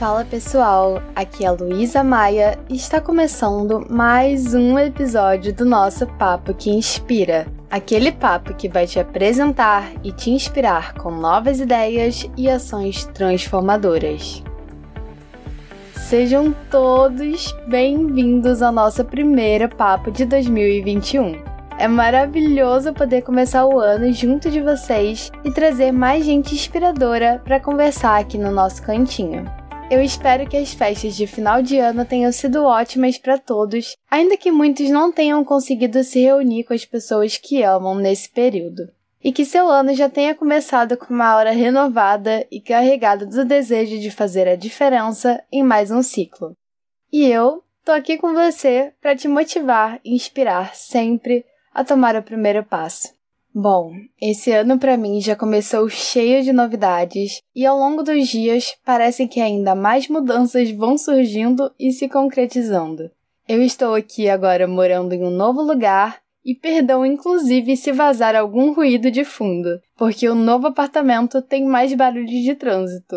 Fala pessoal, aqui é a Luísa Maia e está começando mais um episódio do nosso Papo que Inspira. Aquele papo que vai te apresentar e te inspirar com novas ideias e ações transformadoras. Sejam todos bem-vindos ao nosso primeiro Papo de 2021. É maravilhoso poder começar o ano junto de vocês e trazer mais gente inspiradora para conversar aqui no nosso cantinho. Eu espero que as festas de final de ano tenham sido ótimas para todos, ainda que muitos não tenham conseguido se reunir com as pessoas que amam nesse período. E que seu ano já tenha começado com uma aura renovada e carregada do desejo de fazer a diferença em mais um ciclo. E eu tô aqui com você para te motivar e inspirar sempre a tomar o primeiro passo. Bom, esse ano para mim já começou cheio de novidades e ao longo dos dias parece que ainda mais mudanças vão surgindo e se concretizando. Eu estou aqui agora morando em um novo lugar e perdão inclusive se vazar algum ruído de fundo, porque o novo apartamento tem mais barulho de trânsito.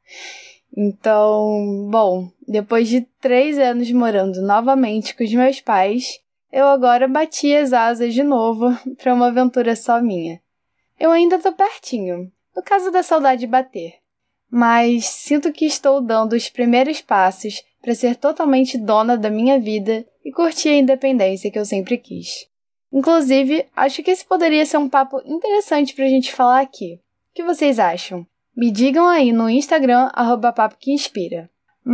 Então, bom, depois de 3 anos morando novamente com os meus pais, eu agora bati as asas de novo para uma aventura só minha. Eu ainda tô pertinho, no caso da saudade bater, mas sinto que estou dando os primeiros passos para ser totalmente dona da minha vida e curtir a independência que eu sempre quis. Inclusive, acho que esse poderia ser um papo interessante pra gente falar aqui. O que vocês acham? Me digam aí no Instagram, @papoqueinspira.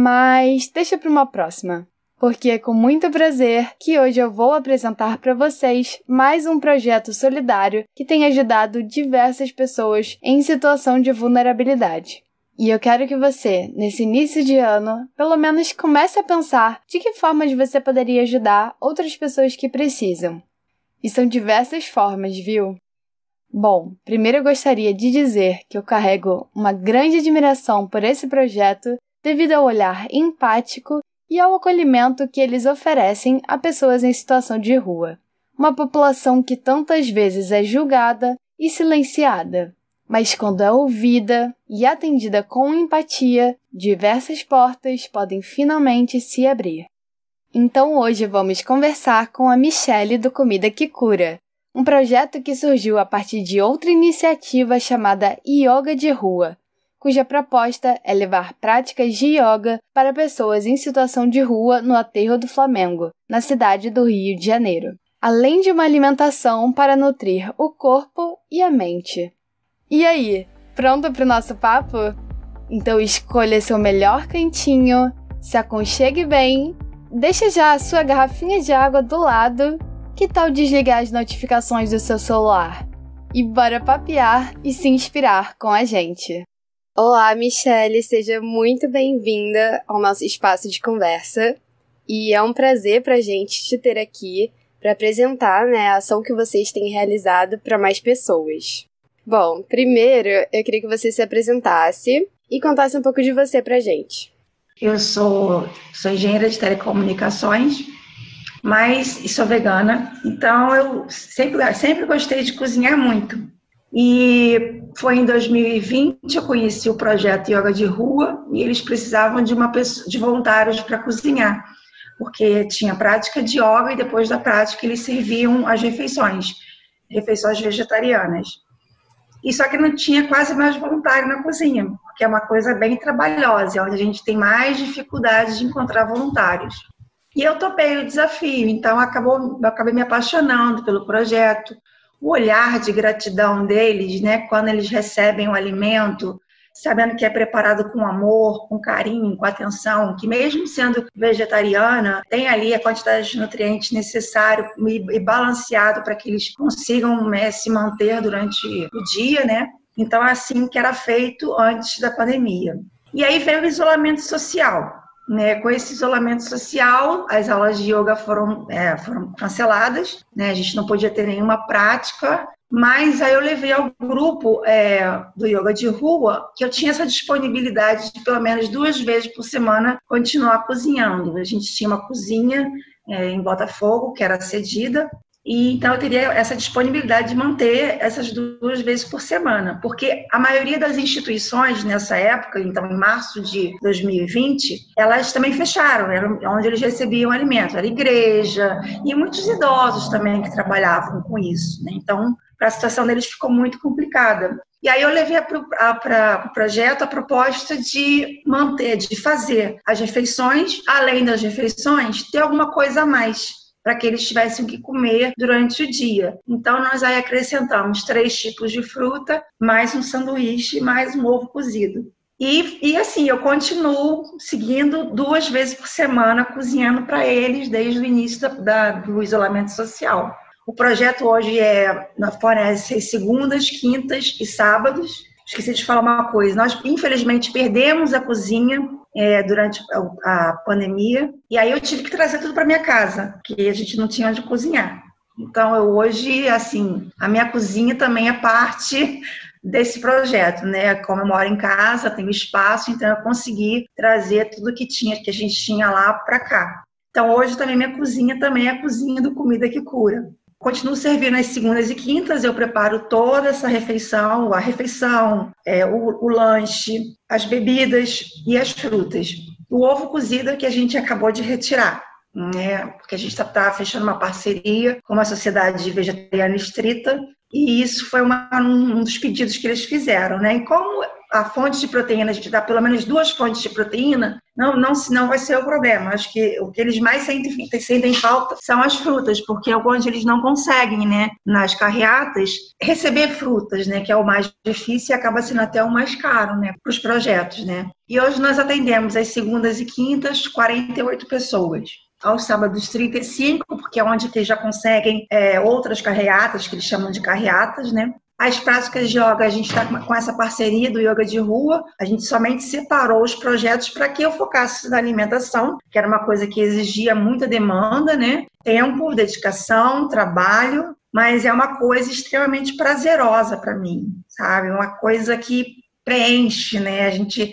Mas deixa para uma próxima. Porque é com muito prazer que hoje eu vou apresentar para vocês mais um projeto solidário que tem ajudado diversas pessoas em situação de vulnerabilidade. E eu quero que você, nesse início de ano, pelo menos comece a pensar de que formas você poderia ajudar outras pessoas que precisam. E são diversas formas, viu? Bom, primeiro eu gostaria de dizer que eu carrego uma grande admiração por esse projeto devido ao olhar empático e ao acolhimento que eles oferecem a pessoas em situação de rua. Uma população que tantas vezes é julgada e silenciada, mas quando é ouvida e atendida com empatia, diversas portas podem finalmente se abrir. Então hoje vamos conversar com a Michelle do Comida que Cura, um projeto que surgiu a partir de outra iniciativa chamada Yoga de Rua, cuja proposta é levar práticas de yoga para pessoas em situação de rua no Aterro do Flamengo, na cidade do Rio de Janeiro, além de uma alimentação para nutrir o corpo e a mente. E aí, pronto para o nosso papo? Então escolha seu melhor cantinho, se aconchegue bem, deixa já a sua garrafinha de água do lado, que tal desligar as notificações do seu celular? E bora papear e se inspirar com a gente! Olá, Michelle, seja muito bem-vinda ao nosso espaço de conversa. E é um prazer pra gente te ter aqui para apresentar, a ação que vocês têm realizado para mais pessoas. Bom, primeiro eu queria que você se apresentasse e contasse um pouco de você pra gente. Eu sou engenheira de telecomunicações, mas sou vegana, então eu sempre gostei de cozinhar muito. E foi em 2020 eu conheci o projeto Yoga de Rua e eles precisavam de voluntários para cozinhar, porque tinha prática de yoga e depois da prática eles serviam as refeições vegetarianas. E só que não tinha quase mais voluntário na cozinha, porque é uma coisa bem trabalhosa, onde a gente tem mais dificuldade de encontrar voluntários. E eu topei o desafio, então eu acabei me apaixonando pelo projeto. O olhar de gratidão deles, quando eles recebem o alimento, sabendo que é preparado com amor, com carinho, com atenção, que mesmo sendo vegetariana, tem ali a quantidade de nutrientes necessário e balanceado para que eles consigam se manter durante o dia, Então, é assim que era feito antes da pandemia. E aí veio o isolamento social. Com esse isolamento social, as aulas de yoga foram canceladas, a gente não podia ter nenhuma prática, mas aí eu levei ao grupo do yoga de rua que eu tinha essa disponibilidade de pelo menos 2 vezes por semana continuar cozinhando. A gente tinha uma cozinha em Botafogo, que era cedida, E então eu teria essa disponibilidade de manter essas 2 vezes por semana, porque a maioria das instituições nessa época, então em março de 2020, elas também fecharam, era onde eles recebiam alimento, era igreja e muitos idosos também que trabalhavam com isso, né? Então a situação deles ficou muito complicada. E aí eu levei para o projeto a proposta de manter, de fazer as refeições, além das refeições, ter alguma coisa a mais, para que eles tivessem o que comer durante o dia. Então, nós aí acrescentamos 3 tipos de fruta, mais um sanduíche, mais um ovo cozido. E assim, eu continuo seguindo 2 vezes por semana, cozinhando para eles desde o início do isolamento social. O projeto hoje fornece segundas, quintas e sábados. Esqueci de falar uma coisa, nós infelizmente perdemos a cozinha durante a pandemia, e aí eu tive que trazer tudo para minha casa, porque a gente não tinha onde cozinhar. Então, hoje, assim, a minha cozinha também é parte desse projeto, né? Como eu moro em casa, tenho espaço, então eu consegui trazer tudo que a gente tinha lá para cá. Então, hoje também minha cozinha também é a cozinha do Comida que Cura. Continuo servindo às segundas e quintas, eu preparo toda essa refeição, a refeição, o lanche, as bebidas e as frutas. O ovo cozido é que a gente acabou de retirar, né? Porque a gente está fechando uma parceria com uma sociedade vegetariana estrita, e isso foi um dos pedidos que eles fizeram, né? E como a fonte de proteína, a gente dá pelo menos 2 fontes de proteína, senão vai ser o problema. Acho que o que eles mais sentem falta são as frutas, porque é onde eles não conseguem, né, nas carreatas, receber frutas, né, que é o mais difícil e acaba sendo até o mais caro, né, para os projetos, né. E hoje nós atendemos às segundas e quintas 48 pessoas. Aos sábados 35, porque é onde eles já conseguem outras carreatas, que eles chamam de carreatas, né? As práticas de yoga, a gente está com essa parceria do yoga de rua, a gente somente separou os projetos para que eu focasse na alimentação, que era uma coisa que exigia muita demanda, né? Tempo, dedicação, trabalho, mas é uma coisa extremamente prazerosa para mim, sabe? Uma coisa que preenche, né?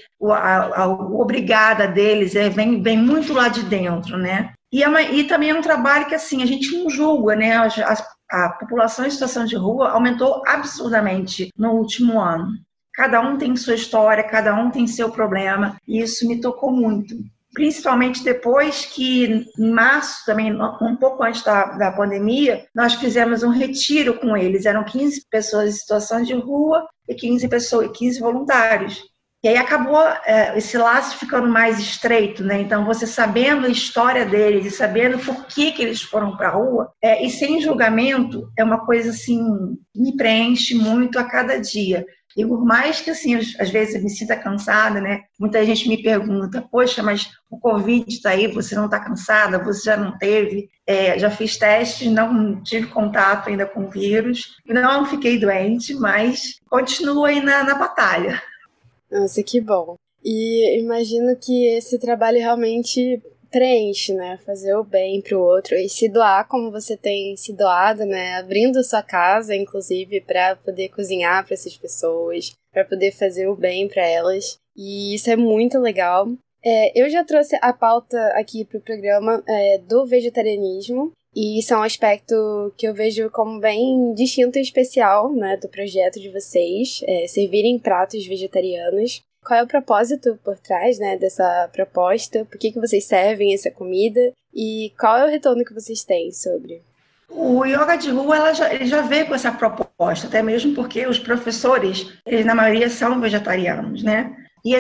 O obrigada deles vem muito lá de dentro, né? E também é um trabalho que, assim, a gente não julga, né? A população em situação de rua aumentou absurdamente no último ano. Cada um tem sua história, cada um tem seu problema, e isso me tocou muito. Principalmente depois que, em março, também, um pouco antes da pandemia, nós fizemos um retiro com eles. Eram 15 pessoas em situação de rua e 15 voluntários. E aí acabou esse laço ficando mais estreito, né? Então, você sabendo a história deles e sabendo por que eles foram para a rua, e sem julgamento, é uma coisa, assim, que me preenche muito a cada dia. E por mais que, assim, às vezes eu me sinta cansada, né? Muita gente me pergunta, poxa, mas o Covid está aí, você não está cansada? Você já não teve? Já fiz testes, não tive contato ainda com o vírus, não fiquei doente, mas continuo aí na batalha. Nossa, que bom. E imagino que esse trabalho realmente preenche, né? Fazer o bem pro outro e se doar como você tem se doado, né? Abrindo sua casa, inclusive, para poder cozinhar para essas pessoas, para poder fazer o bem para elas. E isso é muito legal. Eu já trouxe a pauta aqui pro programa do vegetarianismo. E isso é um aspecto que eu vejo como bem distinto e especial, né, do projeto de vocês, servirem pratos vegetarianos. Qual é o propósito por trás, né, dessa proposta? Por que vocês servem essa comida? E qual é o retorno que vocês têm sobre? O yoga de rua ele já veio com essa proposta, até mesmo porque os professores, eles na maioria são vegetarianos, né? E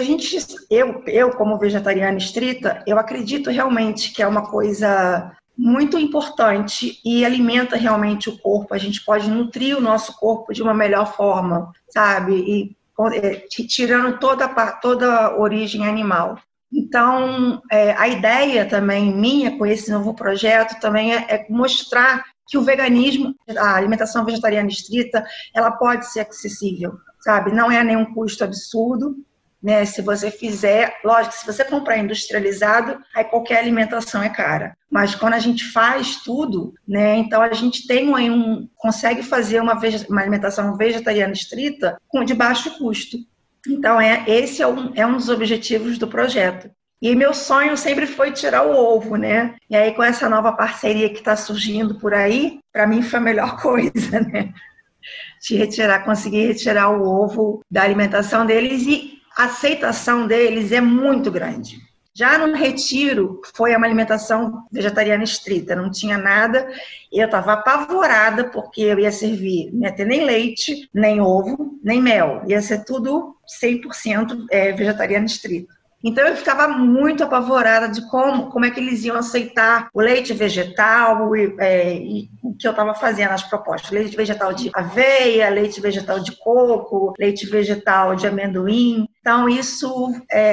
eu como vegetariana estrita, eu acredito realmente que é uma coisa muito importante e alimenta realmente o corpo. A gente pode nutrir o nosso corpo de uma melhor forma, sabe? E tirando toda a origem animal. Então, a ideia também minha com esse novo projeto também é mostrar que o veganismo, a alimentação vegetariana estrita, ela pode ser acessível, sabe? Não é nenhum custo absurdo, né? Se você fizer, lógico, se você comprar industrializado, aí qualquer alimentação é cara. Mas quando a gente faz tudo, né? Então a gente consegue fazer uma alimentação vegetariana estrita de baixo custo. Então esse é um dos objetivos do projeto. E meu sonho sempre foi tirar o ovo, né? E aí, com essa nova parceria que está surgindo por aí, para mim foi a melhor coisa, né? De retirar, conseguir retirar o ovo da alimentação deles, e a aceitação deles é muito grande. Já no retiro, foi uma alimentação vegetariana estrita, não tinha nada, e eu estava apavorada, porque eu ia servir, não ia ter nem leite, nem ovo, nem mel, ia ser tudo 100% vegetariano estrito. Então eu ficava muito apavorada de como é que eles iam aceitar o leite vegetal e o que eu estava fazendo, as propostas. Leite vegetal de aveia, leite vegetal de coco, leite vegetal de amendoim. Então isso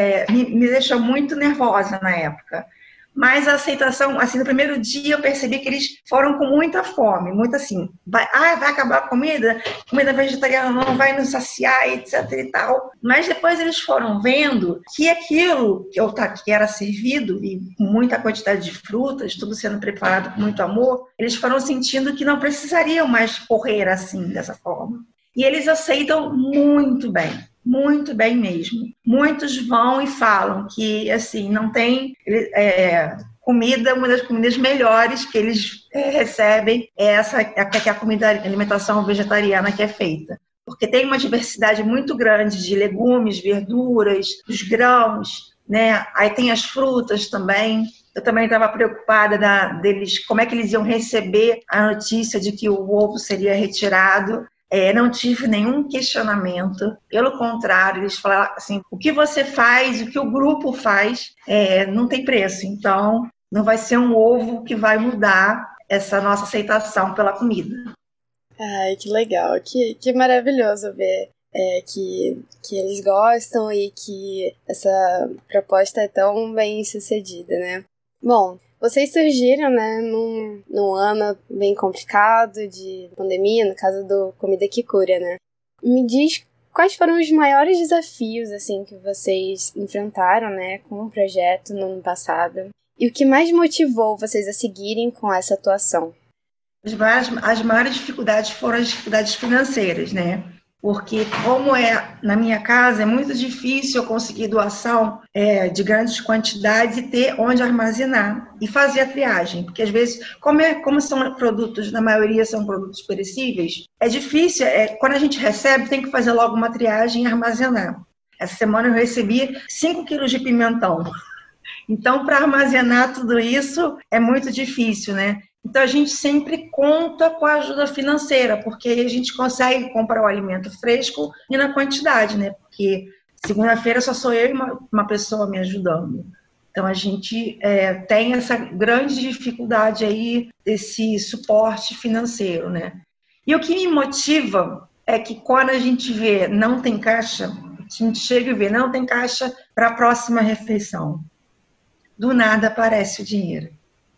me deixou muito nervosa na época. Mas a aceitação, assim, no primeiro dia eu percebi que eles foram com muita fome, muito assim, vai acabar a comida vegetariana não vai nos saciar, etc e tal. Mas depois eles foram vendo que aquilo que era servido, e com muita quantidade de frutas, tudo sendo preparado com muito amor, eles foram sentindo que não precisariam mais correr assim, dessa forma. E eles aceitam muito bem mesmo. Muitos vão e falam que, assim, não tem comida, uma das comidas melhores que eles recebem é essa, que é a alimentação vegetariana que é feita. Porque tem uma diversidade muito grande de legumes, verduras, os grãos, né? Aí tem as frutas também. Eu também estava preocupada deles, como é que eles iam receber a notícia de que o ovo seria retirado. Não tive nenhum questionamento, pelo contrário, eles falaram assim, o que você faz, o que o grupo faz, não tem preço, então não vai ser um ovo que vai mudar essa nossa aceitação pela comida. Ai, que legal, que maravilhoso ver que eles gostam e que essa proposta é tão bem sucedida, né? Bom, vocês surgiram, né, num ano bem complicado de pandemia, no caso do Comida que Cura, né? Me diz quais foram os maiores desafios, assim, que vocês enfrentaram, né, com o projeto no ano passado? E o que mais motivou vocês a seguirem com essa atuação? As maiores dificuldades foram as dificuldades financeiras, né? Porque como na minha casa, é muito difícil eu conseguir doação de grandes quantidades e ter onde armazenar e fazer a triagem. Porque às vezes, como são produtos, na maioria são produtos perecíveis, é difícil, quando a gente recebe, tem que fazer logo uma triagem e armazenar. Essa semana eu recebi 5 quilos de pimentão. Então, para armazenar tudo isso, é muito difícil, né? Então, a gente sempre conta com a ajuda financeira, porque a gente consegue comprar o alimento fresco e na quantidade, né? Porque segunda-feira só sou eu e uma pessoa me ajudando. Então, a gente tem essa grande dificuldade aí desse suporte financeiro, né? E o que me motiva é que quando a gente vê não tem caixa, a gente chega e vê não tem caixa para a próxima refeição. Do nada aparece o dinheiro.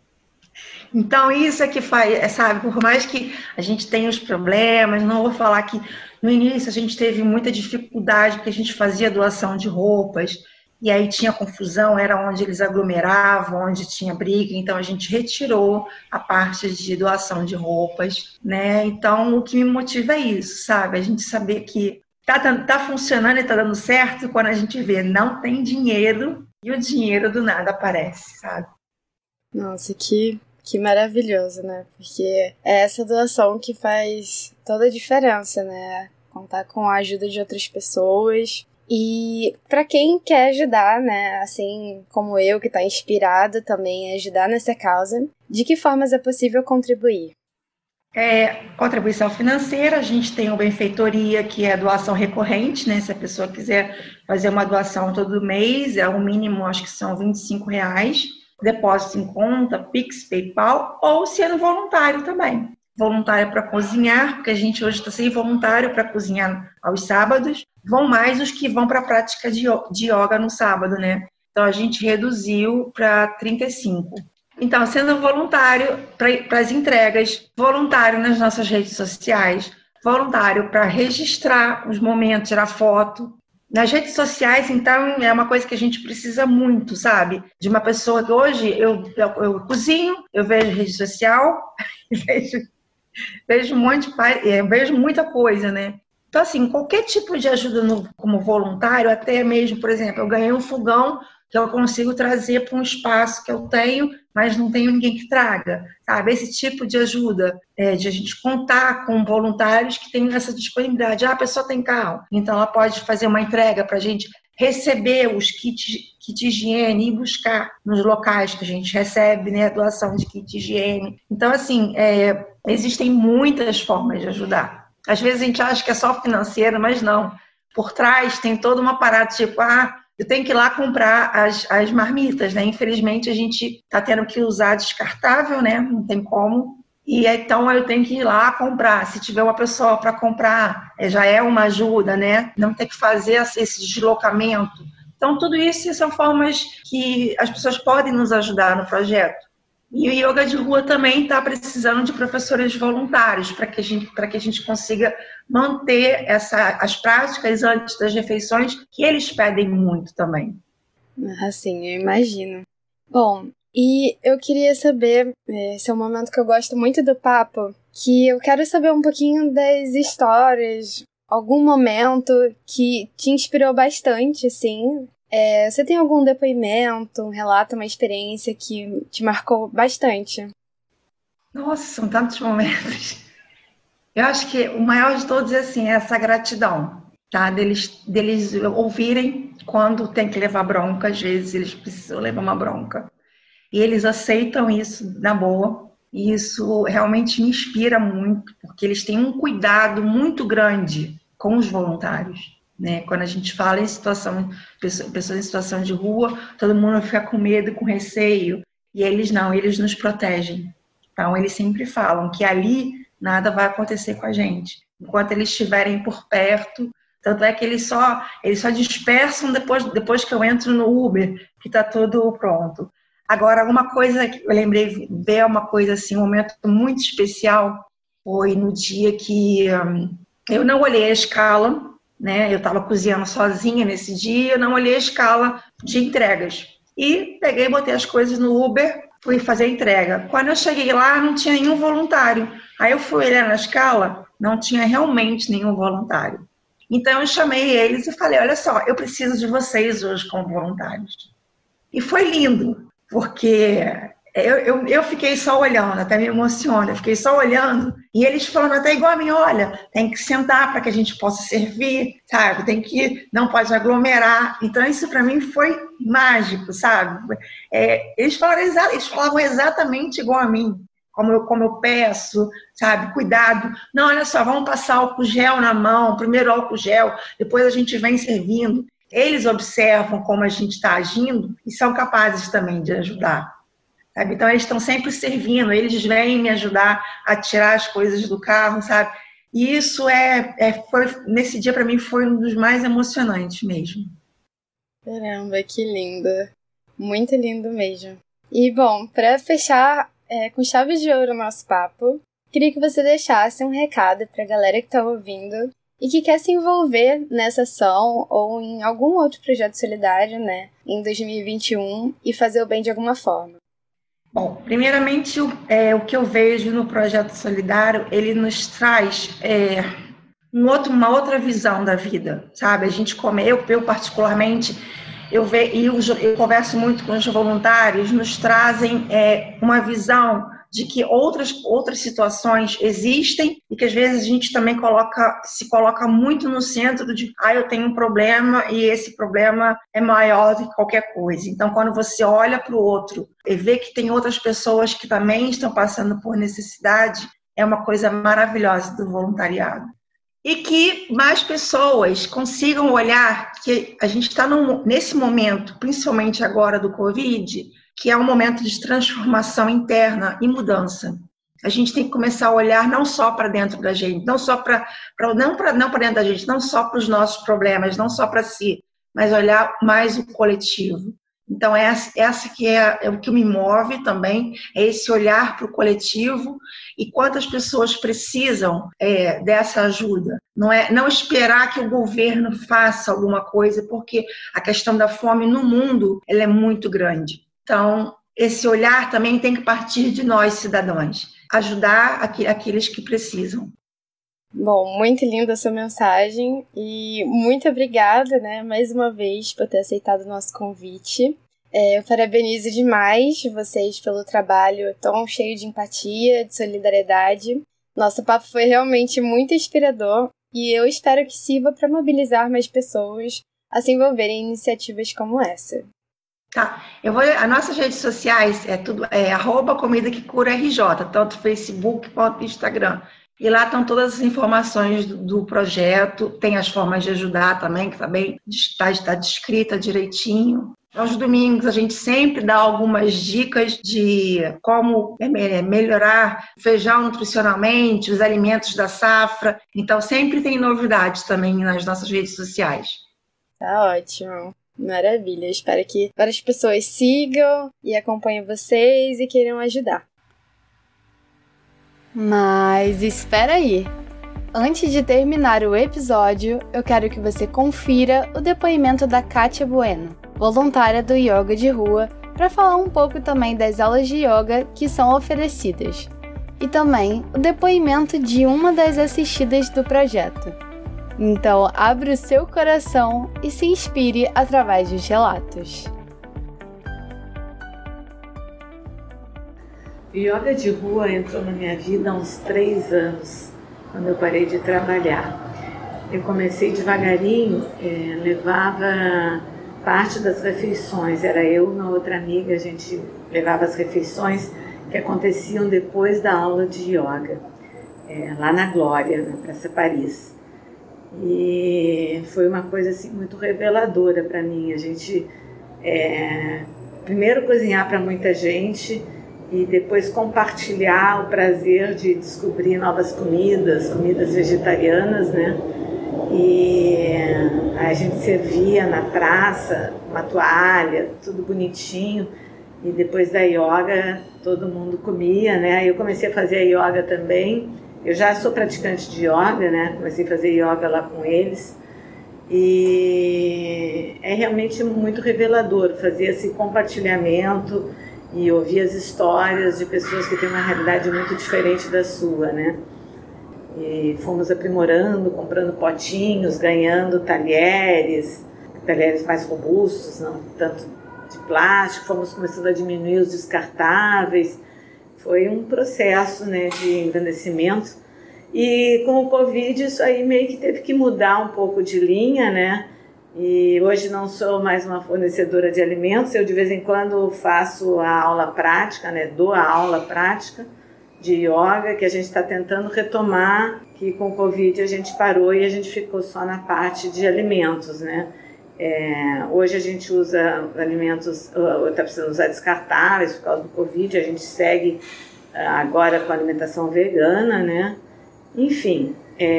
Então, isso é que faz, sabe, por mais que a gente tenha os problemas, não vou falar que no início a gente teve muita dificuldade, porque a gente fazia doação de roupas, e aí tinha confusão, era onde eles aglomeravam, onde tinha briga, então a gente retirou a parte de doação de roupas, né? Então, o que me motiva é isso, sabe? A gente saber que tá funcionando e tá dando certo, quando a gente vê não tem dinheiro, e o dinheiro do nada aparece, sabe? Nossa, que maravilhoso, né? Porque é essa doação que faz toda a diferença, né? Contar com a ajuda de outras pessoas. E para quem quer ajudar, né? Assim como eu, que está inspirado também a ajudar nessa causa, de que formas é possível contribuir? Contribuição financeira, a gente tem o Benfeitoria, que é doação recorrente, né? Se a pessoa quiser fazer uma doação todo mês, o mínimo acho que são R$25, depósito em conta, Pix, PayPal, ou sendo voluntário também. Voluntário para cozinhar, porque a gente hoje está sem voluntário para cozinhar aos sábados, vão mais os que vão para a prática de yoga no sábado, né? Então a gente reduziu para 35. Então, sendo voluntário para as entregas, voluntário nas nossas redes sociais, voluntário para registrar os momentos, tirar foto. Nas redes sociais, então, é uma coisa que a gente precisa muito, sabe? De uma pessoa que hoje eu cozinho, eu vejo rede social, vejo vejo muita coisa, né? Então, assim, qualquer tipo de ajuda como voluntário, até mesmo, por exemplo, eu ganhei um fogão que eu consigo trazer para um espaço que eu tenho, mas não tenho ninguém que traga, sabe? Esse tipo de ajuda, de a gente contar com voluntários que têm essa disponibilidade. A pessoa tem carro, então ela pode fazer uma entrega para a gente, receber os kits de higiene e buscar nos locais que a gente recebe, né, a doação de kit de higiene. Então, assim, existem muitas formas de ajudar. Às vezes a gente acha que é só financeiro, mas não. Por trás tem todo uma parada, tipo, eu tenho que ir lá comprar as marmitas, né? Infelizmente a gente está tendo que usar descartável, né? Não tem como. E então eu tenho que ir lá comprar. Se tiver uma pessoa para comprar, já é uma ajuda, né? Não ter que fazer esse deslocamento. Então, tudo isso são formas que as pessoas podem nos ajudar no projeto. E o yoga de rua também está precisando de professores voluntários para que a gente consiga manter as práticas antes das refeições, que eles pedem muito também. Ah, sim, eu imagino. Bom, e eu queria saber, esse é um momento que eu gosto muito do papo, que eu quero saber um pouquinho das histórias, algum momento que te inspirou bastante, assim. Você tem algum depoimento, um relato, uma experiência que te marcou bastante? Nossa, são tantos momentos. Eu acho que o maior de todos é assim, essa gratidão, tá? Deles ouvirem quando tem que levar bronca, às vezes eles precisam levar uma bronca. E eles aceitam isso na boa, e isso realmente me inspira muito, porque eles têm um cuidado muito grande com os voluntários, né? Quando a gente fala em pessoas em situação de rua, todo mundo fica com medo, com receio, e eles não, eles nos protegem. Então, eles sempre falam que ali nada vai acontecer com a gente, enquanto eles estiverem por perto. Tanto é que eles só dispersam depois que eu entro no Uber, que está tudo pronto. Agora, uma coisa que eu lembrei, ver uma coisa assim, um momento muito especial, foi no dia que eu não olhei a escala, né? Eu estava cozinhando sozinha nesse dia, eu não olhei a escala de entregas. E peguei, botei as coisas no Uber, fui fazer a entrega. Quando eu cheguei lá, não tinha nenhum voluntário. Aí eu fui olhar na escala, não tinha realmente nenhum voluntário. Então eu chamei eles e falei, olha só, eu preciso de vocês hoje como voluntários. E foi lindo, porque eu fiquei só olhando, até me emociona, eu fiquei só olhando, e eles falando até igual a mim, olha, tem que sentar para que a gente possa servir, sabe? Não pode aglomerar. Então isso para mim foi mágico, sabe? Eles falavam exatamente igual a mim, como eu peço, sabe? Cuidado. Não, olha só, vamos passar álcool gel na mão, primeiro álcool gel, depois a gente vem servindo. Eles observam como a gente está agindo e são capazes também de ajudar. Sabe? Então, eles estão sempre servindo, eles vêm me ajudar a tirar as coisas do carro, sabe? E isso nesse dia, para mim, foi um dos mais emocionantes mesmo. Caramba, que lindo. Muito lindo mesmo. E, bom, para fechar com chave de ouro o nosso papo, queria que você deixasse um recado para a galera que está ouvindo e que quer se envolver nessa ação ou em algum outro projeto solidário, né, em 2021 e fazer o bem de alguma forma. Bom, primeiramente, o que eu vejo no projeto solidário, ele nos traz uma outra visão da vida, sabe? A gente eu particularmente, eu converso muito com os voluntários, nos trazem uma visão de que outras situações existem e que às vezes a gente também se coloca muito no centro de eu tenho um problema e esse problema é maior do que qualquer coisa. Então, quando você olha para o outro e vê que tem outras pessoas que também estão passando por necessidade, é uma coisa maravilhosa do voluntariado. E que mais pessoas consigam olhar que a gente está nesse momento, principalmente agora do Covid, que é um momento de transformação interna e mudança. A gente tem que começar a olhar não só para dentro da gente, não para dentro da gente, não só para os nossos problemas, não só para si, mas olhar mais o coletivo. Então, essa que é o que me move também, é esse olhar para o coletivo e quantas pessoas precisam dessa ajuda. Não esperar que o governo faça alguma coisa, porque a questão da fome no mundo ela é muito grande. Então, esse olhar também tem que partir de nós, cidadãos, ajudar aqueles que precisam. Bom, muito linda a sua mensagem e muito obrigada, né, mais uma vez por ter aceitado o nosso convite. Eu parabenizo demais vocês pelo trabalho tão cheio de empatia, de solidariedade. Nosso papo foi realmente muito inspirador e eu espero que sirva para mobilizar mais pessoas a se envolverem em iniciativas como essa. Tá, as nossas redes sociais é @ComidaQueCuraRJ, tanto Facebook quanto Instagram. E lá estão todas as informações do projeto, tem as formas de ajudar também, que também está descrita direitinho. Aos domingos a gente sempre dá algumas dicas de como melhorar o feijão nutricionalmente, os alimentos da safra. Então sempre tem novidades também nas nossas redes sociais. Tá ótimo. Maravilha. Espero que várias pessoas sigam e acompanhem vocês e queiram ajudar. Mas espera aí! Antes de terminar o episódio, eu quero que você confira o depoimento da Kátia Bueno, voluntária do Yoga de Rua, para falar um pouco também das aulas de yoga que são oferecidas. E também o depoimento de uma das assistidas do projeto. Então, abre o seu coração e se inspire através dos relatos. O yoga de rua entrou na minha vida há uns 3 anos, quando eu parei de trabalhar. Eu comecei devagarinho, levava parte das refeições, era eu e uma outra amiga, a gente levava as refeições que aconteciam depois da aula de yoga, lá na Glória, na Praça Paris. E foi uma coisa assim, muito reveladora para mim, a gente primeiro cozinhar para muita gente, e depois compartilhar o prazer de descobrir novas comidas vegetarianas, né? E a gente servia na praça, uma toalha, tudo bonitinho, e depois da yoga todo mundo comia, né? Eu comecei a fazer a yoga também, eu já sou praticante de yoga, né? Comecei a fazer yoga lá com eles, e é realmente muito revelador fazer esse compartilhamento e ouvir as histórias de pessoas que têm uma realidade muito diferente da sua, né? E fomos aprimorando, comprando potinhos, ganhando talheres mais robustos, não tanto de plástico, fomos começando a diminuir os descartáveis. Foi um processo, né, de engrandecimento. E com o Covid isso aí meio que teve que mudar um pouco de linha, né? E hoje não sou mais uma fornecedora de alimentos, eu de vez em quando faço a aula prática, né? Dou a aula prática de yoga, que a gente está tentando retomar, que com o Covid a gente parou e a gente ficou só na parte de alimentos, né? Hoje a gente usa alimentos, está precisando usar descartáveis por causa do Covid, a gente segue agora com a alimentação vegana, né? Enfim,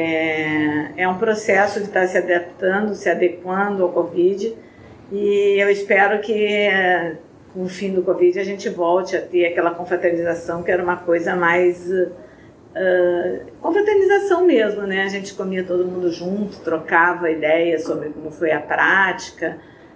é um processo de estar se adaptando, se adequando ao Covid, e eu espero que com o fim do Covid a gente volte a ter aquela confraternização, que era uma coisa mais confraternização mesmo, né? A gente comia todo mundo junto, trocava ideias sobre como foi a prática,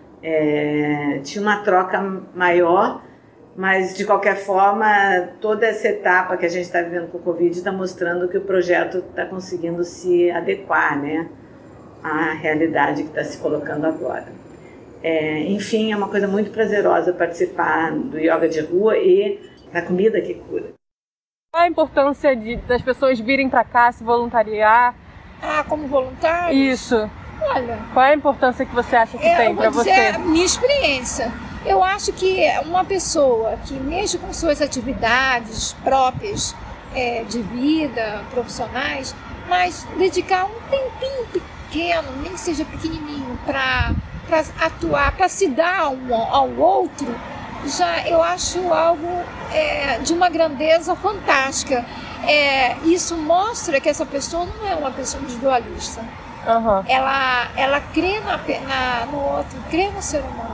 tinha uma troca maior. Mas, de qualquer forma, toda essa etapa que a gente está vivendo com o Covid está mostrando que o projeto está conseguindo se adequar, né, à realidade que está se colocando agora. Enfim, é uma coisa muito prazerosa participar do yoga de rua e da comida que cura. Qual a importância das pessoas virem para cá se voluntariar? Como voluntários? Isso. Olha, qual é a importância que você acha que tem para você? A minha experiência. Eu acho que uma pessoa que mexe com suas atividades próprias de vida, profissionais, mas dedicar um tempinho pequeno, nem que seja pequenininho, para atuar, para se dar ao outro, já eu acho algo de uma grandeza fantástica. Isso mostra que essa pessoa não é uma pessoa individualista. Uhum. Ela crê no outro, crê no ser humano.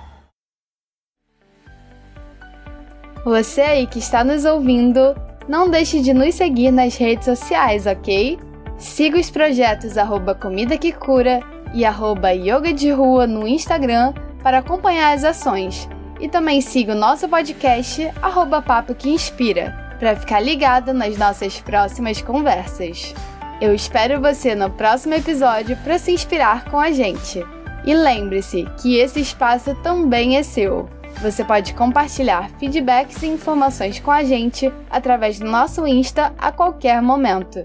Você aí que está nos ouvindo, não deixe de nos seguir nas redes sociais, ok? Siga os projetos @Comida que Cura e @Yoga de Rua no Instagram para acompanhar as ações. E também siga o nosso podcast @Papo que Inspira para ficar ligado nas nossas próximas conversas. Eu espero você no próximo episódio para se inspirar com a gente. E lembre-se que esse espaço também é seu. Você pode compartilhar feedbacks e informações com a gente através do nosso Insta a qualquer momento.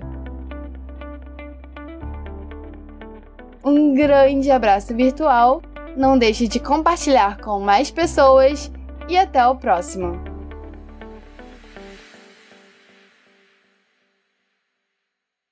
Um grande abraço virtual, não deixe de compartilhar com mais pessoas e até o próximo!